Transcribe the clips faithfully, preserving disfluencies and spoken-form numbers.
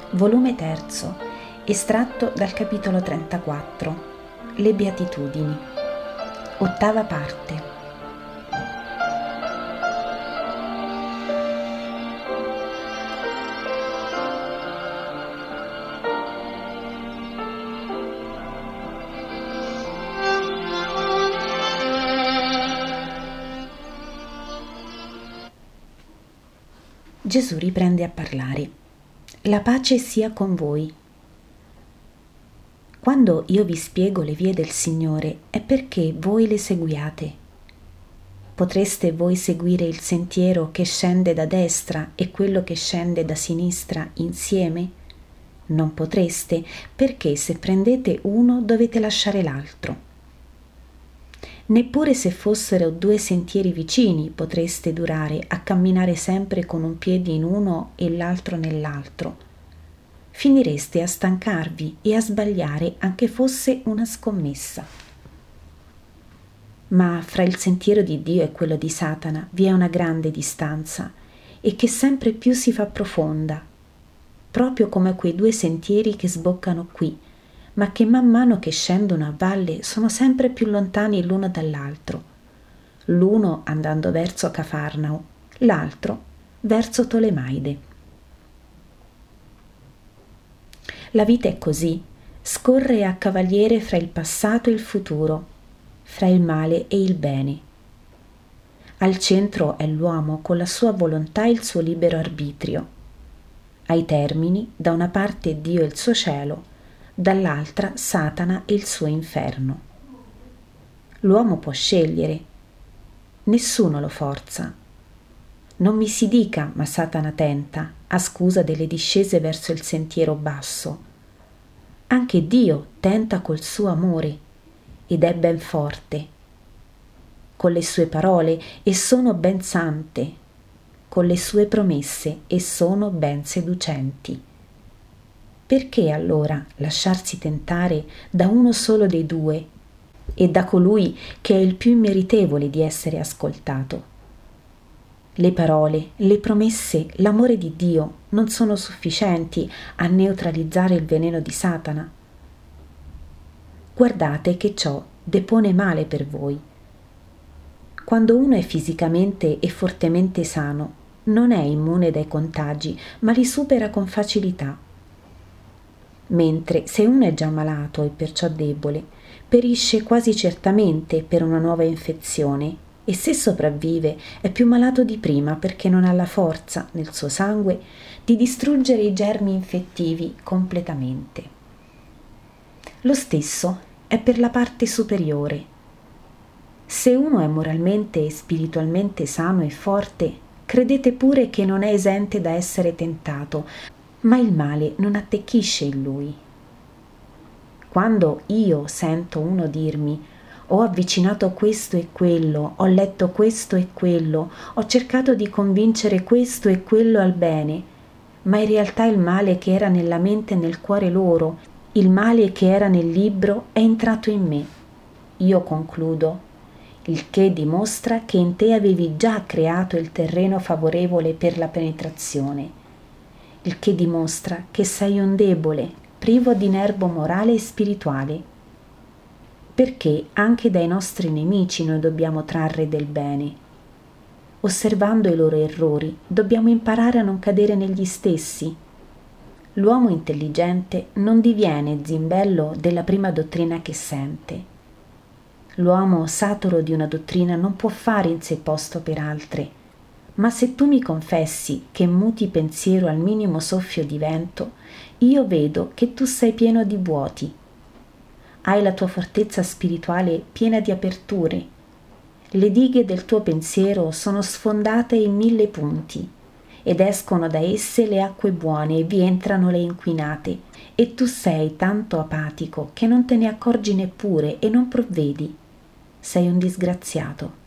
volume terzo, estratto dal capitolo trentaquattro, Le Beatitudini, ottava parte. Gesù riprende a parlare. La pace sia con voi. Quando io vi spiego le vie del Signore è perché voi le seguiate. Potreste voi seguire il sentiero che scende da destra e quello che scende da sinistra insieme? Non potreste, perché se prendete uno dovete lasciare l'altro. Neppure se fossero due sentieri vicini potreste durare a camminare sempre con un piede in uno e l'altro nell'altro. Finireste a stancarvi e a sbagliare anche fosse una scommessa. Ma fra il sentiero di Dio e quello di Satana vi è una grande distanza e che sempre più si fa profonda, proprio come quei due sentieri che sboccano qui, ma che man mano che scendono a valle sono sempre più lontani l'uno dall'altro, l'uno andando verso Cafarnao, l'altro verso Tolemaide. La vita è così, scorre a cavaliere fra il passato e il futuro, fra il male e il bene. Al centro è l'uomo con la sua volontà e il suo libero arbitrio. Ai termini, da una parte Dio e il suo cielo, dall'altra Satana e il suo inferno. L'uomo può scegliere, nessuno lo forza. Non mi si dica, ma Satana tenta, a scusa delle discese verso il sentiero basso. Anche Dio tenta col suo amore, ed è ben forte, con le sue parole, e sono ben sante, con le sue promesse, e sono ben seducenti. Perché allora lasciarsi tentare da uno solo dei due e da colui che è il più immeritevole di essere ascoltato? Le parole, le promesse, l'amore di Dio non sono sufficienti a neutralizzare il veleno di Satana. Guardate che ciò depone male per voi. Quando uno è fisicamente e fortemente sano, non è immune dai contagi, ma li supera con facilità. Mentre se uno è già malato e perciò debole, perisce quasi certamente per una nuova infezione e se sopravvive è più malato di prima perché non ha la forza nel suo sangue di distruggere i germi infettivi completamente. Lo stesso è per la parte superiore. Se uno è moralmente e spiritualmente sano e forte, credete pure che non è esente da essere tentato, ma il male non attecchisce in lui. Quando io sento uno dirmi ho avvicinato questo e quello, ho letto questo e quello, ho cercato di convincere questo e quello al bene, ma in realtà il male che era nella mente e nel cuore loro, il male che era nel libro è entrato in me. Io concludo, il che dimostra che in te avevi già creato il terreno favorevole per la penetrazione. Il che dimostra che sei un debole, privo di nervo morale e spirituale, perché anche dai nostri nemici noi dobbiamo trarre del bene. Osservando i loro errori, dobbiamo imparare a non cadere negli stessi. L'uomo intelligente non diviene zimbello della prima dottrina che sente. L'uomo saturo di una dottrina non può fare in sé posto per altre. Ma se tu mi confessi che muti pensiero al minimo soffio di vento, io vedo che tu sei pieno di vuoti. Hai la tua fortezza spirituale piena di aperture. Le dighe del tuo pensiero sono sfondate in mille punti, ed escono da esse le acque buone e vi entrano le inquinate, e tu sei tanto apatico che non te ne accorgi neppure e non provvedi. Sei un disgraziato.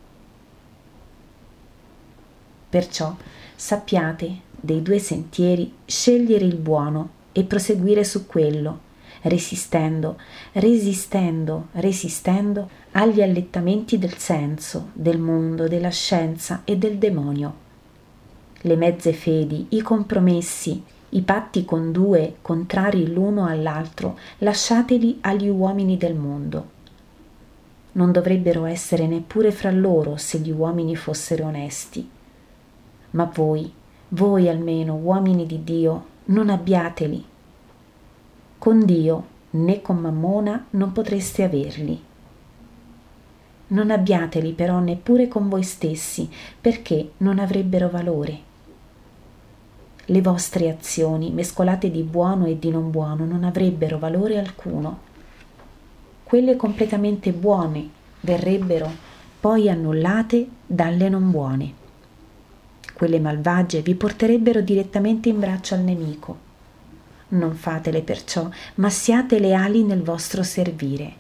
Perciò sappiate dei due sentieri scegliere il buono e proseguire su quello, resistendo, resistendo, resistendo agli allettamenti del senso, del mondo, della scienza e del demonio. Le mezze fedi, i compromessi, I patti con due, contrari l'uno all'altro, lasciateli agli uomini del mondo. Non dovrebbero essere neppure fra loro se gli uomini fossero onesti. Ma voi, voi almeno, uomini di Dio, non abbiateli. Con Dio né con Mammona non potreste averli. Non abbiateli però neppure con voi stessi, perché non avrebbero valore. Le vostre azioni, mescolate di buono e di non buono, non avrebbero valore alcuno. Quelle completamente buone verrebbero poi annullate dalle non buone. Quelle malvagie vi porterebbero direttamente in braccio al nemico. Non fatele perciò, ma siate leali nel vostro servire.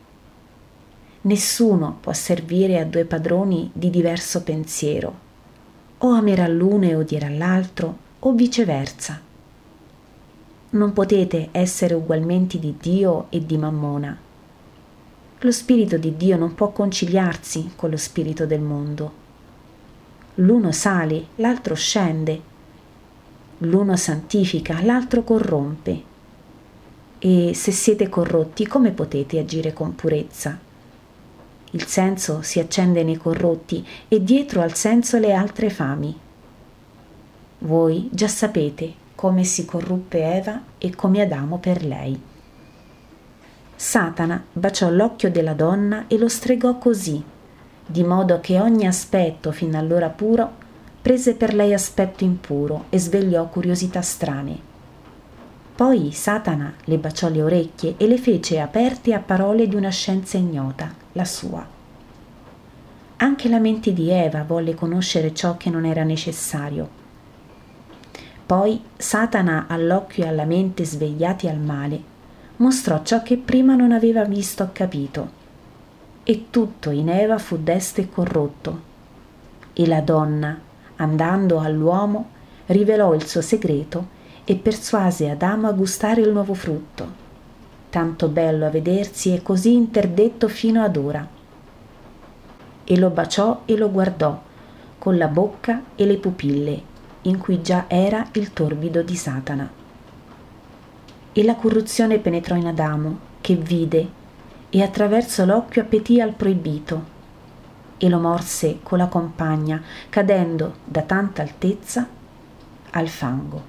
Nessuno può servire a due padroni di diverso pensiero, o amerà l'uno e odierà l'altro, o viceversa. Non potete essere ugualmente di Dio e di Mammona. Lo spirito di Dio non può conciliarsi con lo spirito del mondo. L'uno sale, l'altro scende. L'uno santifica, l'altro corrompe. E se siete corrotti, come potete agire con purezza? Il senso si accende nei corrotti e dietro al senso le altre fami. Voi già sapete come si corruppe Eva e come Adamo per lei. Satana baciò l'occhio della donna e lo stregò così, di modo che ogni aspetto fin allora puro prese per lei aspetto impuro e svegliò curiosità strane. Poi Satana le baciò le orecchie e le fece aperte a parole di una scienza ignota, la sua. Anche la mente di Eva volle conoscere ciò che non era necessario. Poi Satana all'occhio e alla mente svegliati al male mostrò ciò che prima non aveva visto o capito, e tutto in Eva fu desto e corrotto, e la donna, andando all'uomo, rivelò il suo segreto e persuase Adamo a gustare il nuovo frutto, tanto bello a vedersi e così interdetto fino ad ora. E lo baciò e lo guardò, con la bocca e le pupille, in cui già era il torbido di Satana. E la corruzione penetrò in Adamo, che vide, e attraverso l'occhio appetì al proibito, e lo morse con la compagna, cadendo da tanta altezza al fango.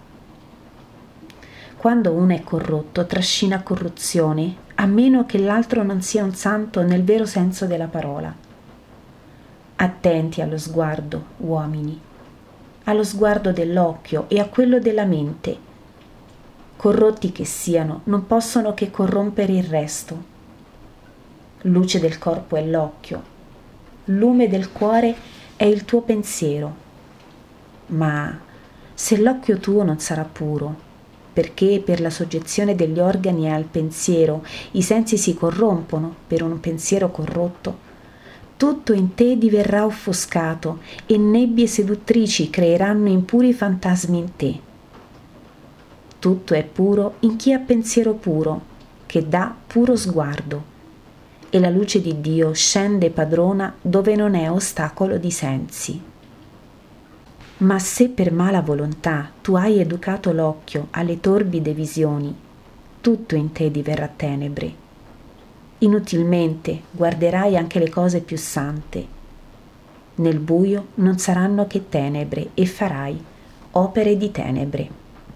Quando uno è corrotto, trascina corruzione, a meno che l'altro non sia un santo nel vero senso della parola. Attenti allo sguardo, uomini, allo sguardo dell'occhio e a quello della mente. Corrotti che siano, non possono che corrompere il resto. Luce del corpo è l'occhio, lume del cuore è il tuo pensiero. Ma se l'occhio tuo non sarà puro, perché per la soggezione degli organi al pensiero i sensi si corrompono per un pensiero corrotto, tutto in te diverrà offuscato e nebbie seduttrici creeranno impuri fantasmi in te. Tutto è puro in chi ha pensiero puro, che dà puro sguardo, e la luce di Dio scende padrona dove non è ostacolo di sensi. Ma se per mala volontà tu hai educato l'occhio alle torbide visioni, tutto in te diverrà tenebre. Inutilmente guarderai anche le cose più sante. Nel buio non saranno che tenebre e farai opere di tenebre.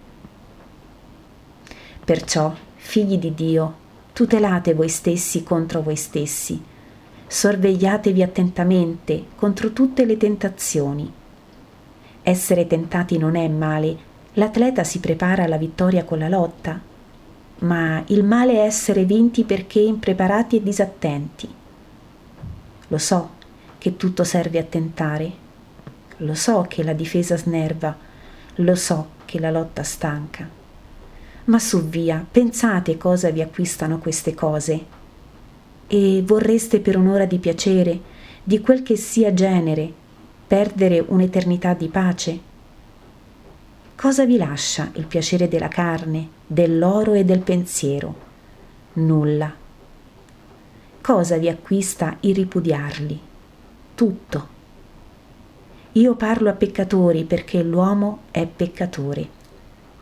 Perciò, figli di Dio, tutelate voi stessi contro voi stessi, sorvegliatevi attentamente contro tutte le tentazioni. Essere tentati non è male, l'atleta si prepara alla vittoria con la lotta, ma il male è essere vinti perché impreparati e disattenti. Lo so che tutto serve a tentare, lo so che la difesa snerva, lo so che la lotta stanca. Ma su via, pensate cosa vi acquistano queste cose. E vorreste per un'ora di piacere, di quel che sia genere, perdere un'eternità di pace? Cosa vi lascia il piacere della carne, dell'oro e del pensiero? Nulla. Cosa vi acquista il ripudiarli? Tutto. Io parlo a peccatori perché l'uomo è peccatore.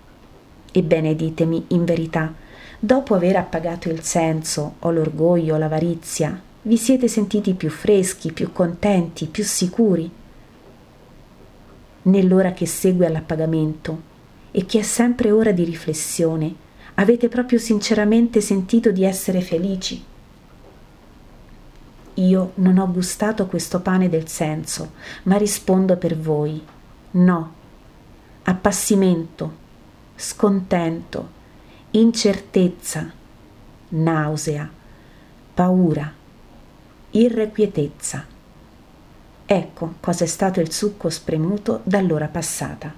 Ebbene, ditemi, in verità, dopo aver appagato il senso o l'orgoglio o l'avarizia, vi siete sentiti più freschi, più contenti, più sicuri? Nell'ora che segue all'appagamento e che è sempre ora di riflessione, avete proprio sinceramente sentito di essere felici? Io non ho gustato questo pane del senso, ma rispondo per voi: no. Appassimento, scontento, incertezza, nausea, paura, irrequietezza. Ecco cosa è stato il succo spremuto dall'ora passata.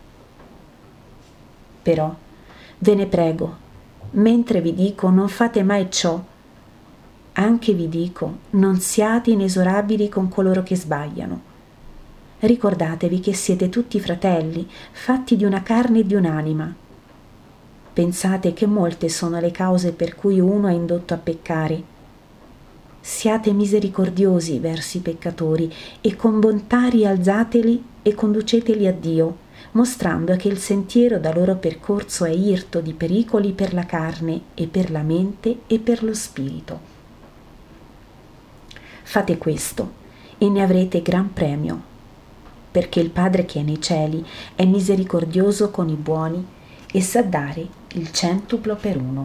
Però, ve ne prego, mentre vi dico non fate mai ciò, anche vi dico non siate inesorabili con coloro che sbagliano. Ricordatevi che siete tutti fratelli, fatti di una carne e di un'anima. Pensate che molte sono le cause per cui uno è indotto a peccare. Siate misericordiosi verso i peccatori e con bontà rialzateli e conduceteli a Dio, mostrando che il sentiero da loro percorso è irto di pericoli per la carne e per la mente e per lo spirito. Fate questo e ne avrete gran premio, perché il Padre che è nei cieli è misericordioso con i buoni e sa dare il centuplo per uno.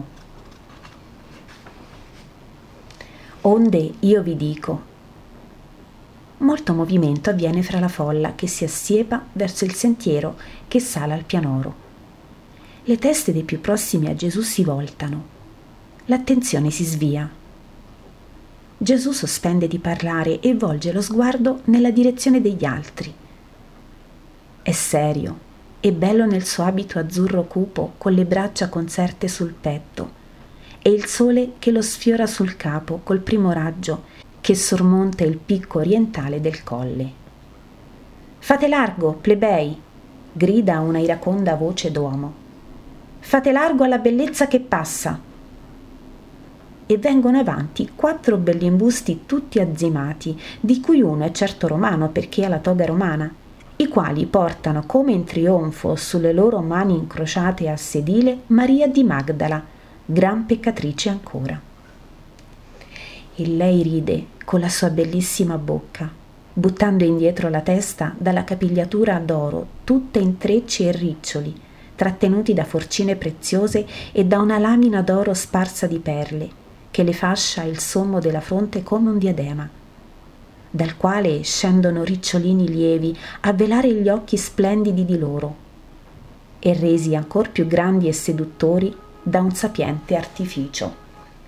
Onde io vi dico, molto movimento avviene fra la folla che si assiepa verso il sentiero che sale al pianoro. Le teste dei più prossimi a Gesù si voltano, l'attenzione si svia. Gesù sospende di parlare e volge lo sguardo nella direzione degli altri. È serio e bello nel suo abito azzurro cupo con le braccia conserte sul petto e il sole che lo sfiora sul capo col primo raggio che sormonta il picco orientale del colle. «Fate largo, plebei!» grida una iraconda voce d'uomo. «Fate largo alla bellezza che passa!» E vengono avanti quattro bellimbusti tutti azzimati, di cui uno è certo romano perché ha la toga romana, i quali portano come in trionfo sulle loro mani incrociate a sedile Maria di Magdala, gran peccatrice ancora. E lei ride con la sua bellissima bocca, buttando indietro la testa dalla capigliatura d'oro, tutta in trecci e riccioli, trattenuti da forcine preziose e da una lamina d'oro sparsa di perle, che le fascia il sommo della fronte come un diadema, dal quale scendono ricciolini lievi a velare gli occhi splendidi di loro, e resi ancor più grandi e seduttori da un sapiente artificio.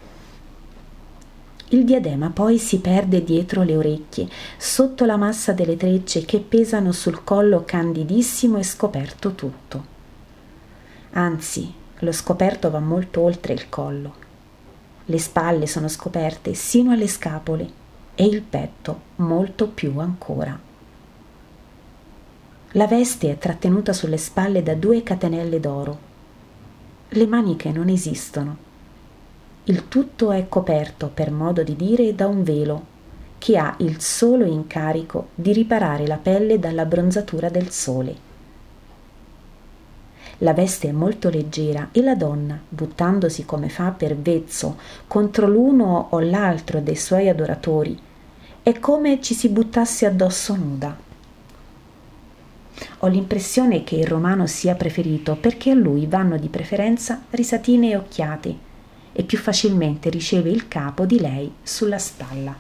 Il diadema poi si perde dietro le orecchie, sotto la massa delle trecce che pesano sul collo candidissimo e scoperto tutto. Anzi, lo scoperto va molto oltre il collo. Le spalle sono scoperte sino alle scapole e il petto molto più ancora. La veste è trattenuta sulle spalle da due catenelle d'oro. Le maniche non esistono. Il tutto è coperto, per modo di dire, da un velo che ha il solo incarico di riparare la pelle dalla bronzatura del sole. La veste è molto leggera e la donna, buttandosi come fa per vezzo contro l'uno o l'altro dei suoi adoratori, è come ci si buttasse addosso nuda. Ho l'impressione che il romano sia preferito perché a lui vanno di preferenza risatine e occhiate e più facilmente riceve il capo di lei sulla spalla.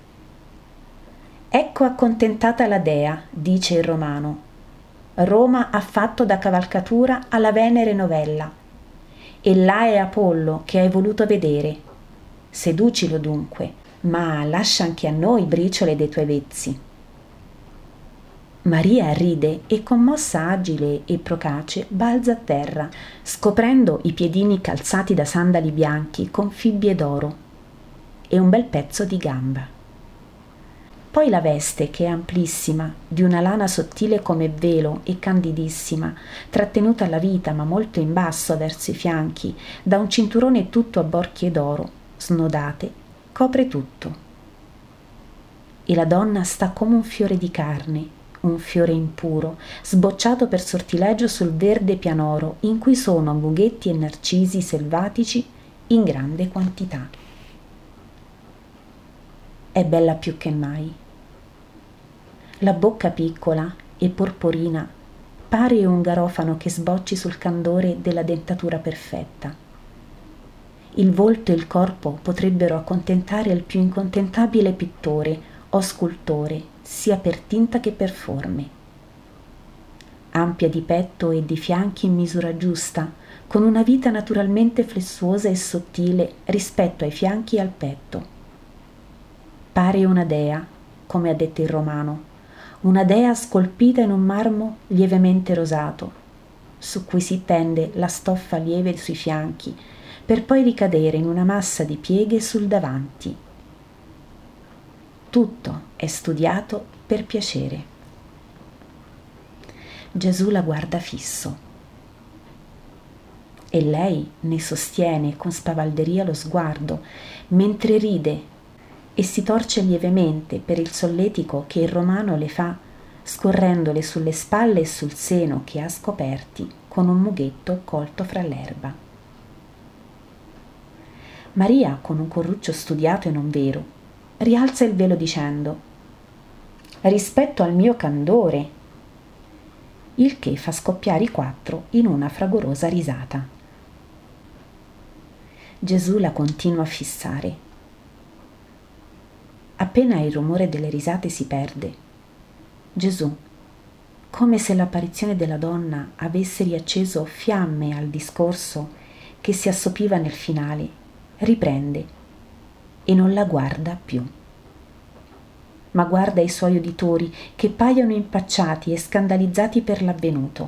Ecco accontentata la dea, dice il romano. Roma ha fatto da cavalcatura alla Venere novella, e là è Apollo che hai voluto vedere. Seducilo dunque, ma lascia anche a noi briciole dei tuoi vezzi. Maria ride e commossa agile e procace balza a terra, scoprendo i piedini calzati da sandali bianchi con fibbie d'oro e un bel pezzo di gamba. Poi la veste, che è amplissima, di una lana sottile come velo e candidissima, trattenuta alla vita ma molto in basso verso i fianchi, da un cinturone tutto a borchie d'oro, snodate, copre tutto. E la donna sta come un fiore di carne, un fiore impuro, sbocciato per sortilegio sul verde pianoro in cui sono mughetti e narcisi selvatici in grande quantità. È bella più che mai. La bocca piccola e porporina pare un garofano che sbocci sul candore della dentatura perfetta. Il volto e il corpo potrebbero accontentare il più incontentabile pittore o scultore, sia per tinta che per forme. Ampia di petto e di fianchi in misura giusta, con una vita naturalmente flessuosa e sottile rispetto ai fianchi e al petto. Pare una dea, come ha detto il romano, una dea scolpita in un marmo lievemente rosato, su cui si tende la stoffa lieve sui fianchi, per poi ricadere in una massa di pieghe sul davanti. Tutto è studiato per piacere. Gesù la guarda fisso e lei ne sostiene con spavalderia lo sguardo, mentre ride e si torce lievemente per il solletico che il romano le fa, scorrendole sulle spalle e sul seno che ha scoperti con un mughetto colto fra l'erba. Maria, con un corruccio studiato e non vero, rialza il velo dicendo: rispetto al mio candore, il che fa scoppiare i quattro in una fragorosa risata. Gesù la continua a fissare. Appena il rumore delle risate si perde, Gesù, come se l'apparizione della donna avesse riacceso fiamme al discorso che si assopiva nel finale, riprende e non la guarda più, ma guarda i suoi uditori che paiono impacciati e scandalizzati per l'avvenuto.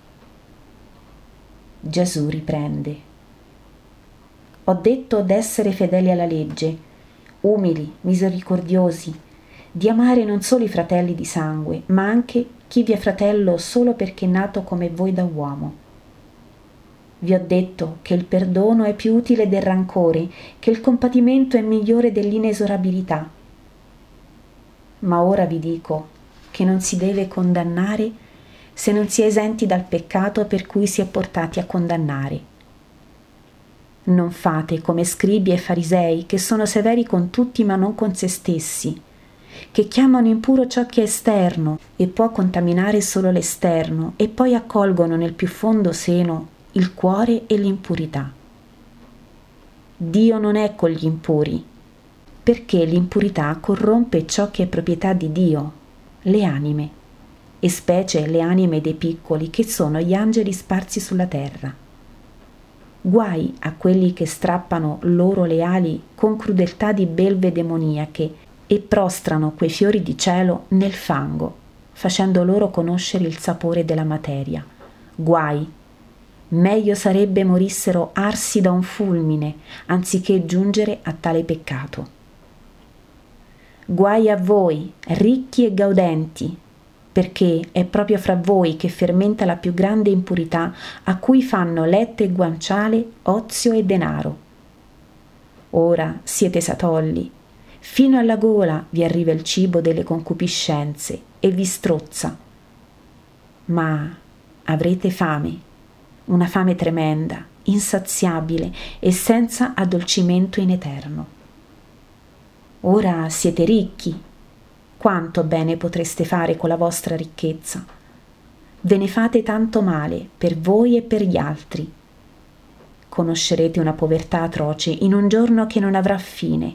Gesù riprende: ho detto d'essere fedeli alla legge, umili, misericordiosi, di amare non solo i fratelli di sangue, ma anche chi vi è fratello solo perché è nato come voi da uomo. Vi ho detto che il perdono è più utile del rancore, che il compatimento è migliore dell'inesorabilità. Ma ora vi dico che non si deve condannare se non si è esenti dal peccato per cui si è portati a condannare. Non fate come scribi e farisei, che sono severi con tutti ma non con se stessi, che chiamano impuro ciò che è esterno e può contaminare solo l'esterno, e poi accolgono nel più fondo seno il cuore e l'impurità. Dio non è con gli impuri, perché l'impurità corrompe ciò che è proprietà di Dio, le anime, e specie le anime dei piccoli, che sono gli angeli sparsi sulla terra. Guai a quelli che strappano loro le ali con crudeltà di belve demoniache e prostrano quei fiori di cielo nel fango, facendo loro conoscere il sapore della materia. Guai! Meglio sarebbe morissero arsi da un fulmine, anziché giungere a tale peccato. Guai a voi, ricchi e gaudenti, perché è proprio fra voi che fermenta la più grande impurità, a cui fanno letto e guanciale, ozio e denaro. Ora siete satolli, fino alla gola vi arriva il cibo delle concupiscenze e vi strozza. Ma avrete fame, una fame tremenda, insaziabile e senza addolcimento in eterno. Ora siete ricchi, quanto bene potreste fare con la vostra ricchezza? Ve ne fate tanto male per voi e per gli altri. Conoscerete una povertà atroce in un giorno che non avrà fine.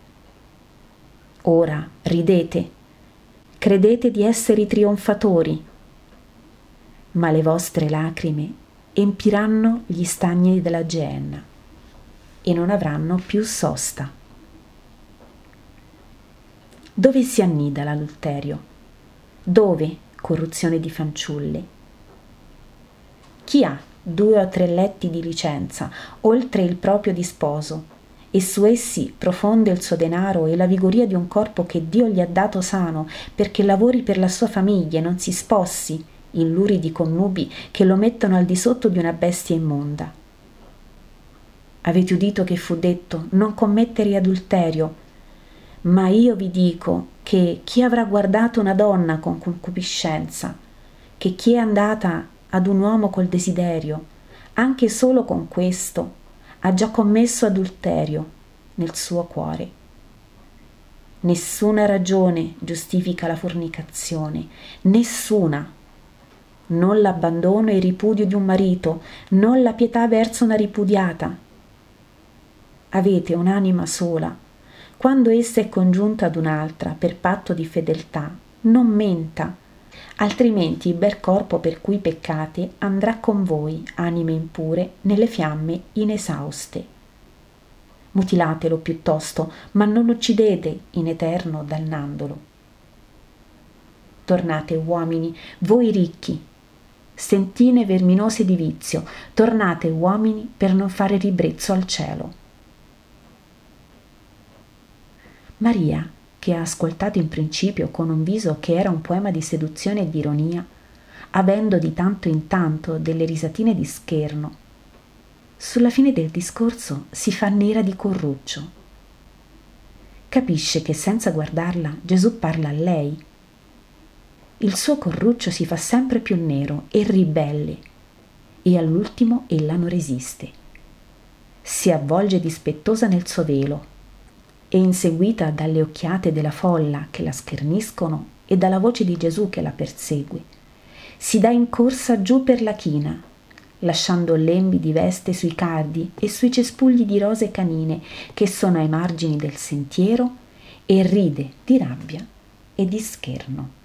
Ora ridete, credete di essere i trionfatori, ma le vostre lacrime empiranno gli stagni della Geenna e non avranno più sosta. Dove si annida l'adulterio? Dove corruzione di fanciulle? Chi ha due o tre letti di licenza, oltre il proprio di sposo, e su essi profonde il suo denaro e la vigoria di un corpo che Dio gli ha dato sano, perché lavori per la sua famiglia e non si spossi in luridi connubi che lo mettono al di sotto di una bestia immonda. Avete udito che fu detto: non commettere adulterio, Ma io vi dico che chi avrà guardato una donna con concupiscenza, che chi è andata ad un uomo col desiderio, anche solo con questo, ha già commesso adulterio nel suo cuore. Nessuna ragione giustifica la fornicazione, nessuna. Non l'abbandono e il ripudio di un marito, non la pietà verso una ripudiata. Avete un'anima sola. Quando essa è congiunta ad un'altra per patto di fedeltà, non menta, altrimenti il bel corpo per cui peccate andrà con voi, anime impure, nelle fiamme inesauste. Mutilatelo piuttosto, ma non uccidete in eterno dannandolo. Tornate, uomini, voi ricchi, stentine verminose di vizio, tornate, uomini, per non fare ribrezzo al cielo. Maria, che ha ascoltato in principio con un viso che era un poema di seduzione e di ironia, avendo di tanto in tanto delle risatine di scherno, sulla fine del discorso si fa nera di corruccio. Capisce che senza guardarla Gesù parla a lei. Il suo corruccio si fa sempre più nero e ribelle, e all'ultimo ella non resiste. Si avvolge dispettosa nel suo velo, e inseguita dalle occhiate della folla che la scherniscono e dalla voce di Gesù che la persegue, si dà in corsa giù per la china, lasciando lembi di veste sui cardi e sui cespugli di rose canine che sono ai margini del sentiero, e ride di rabbia e di scherno.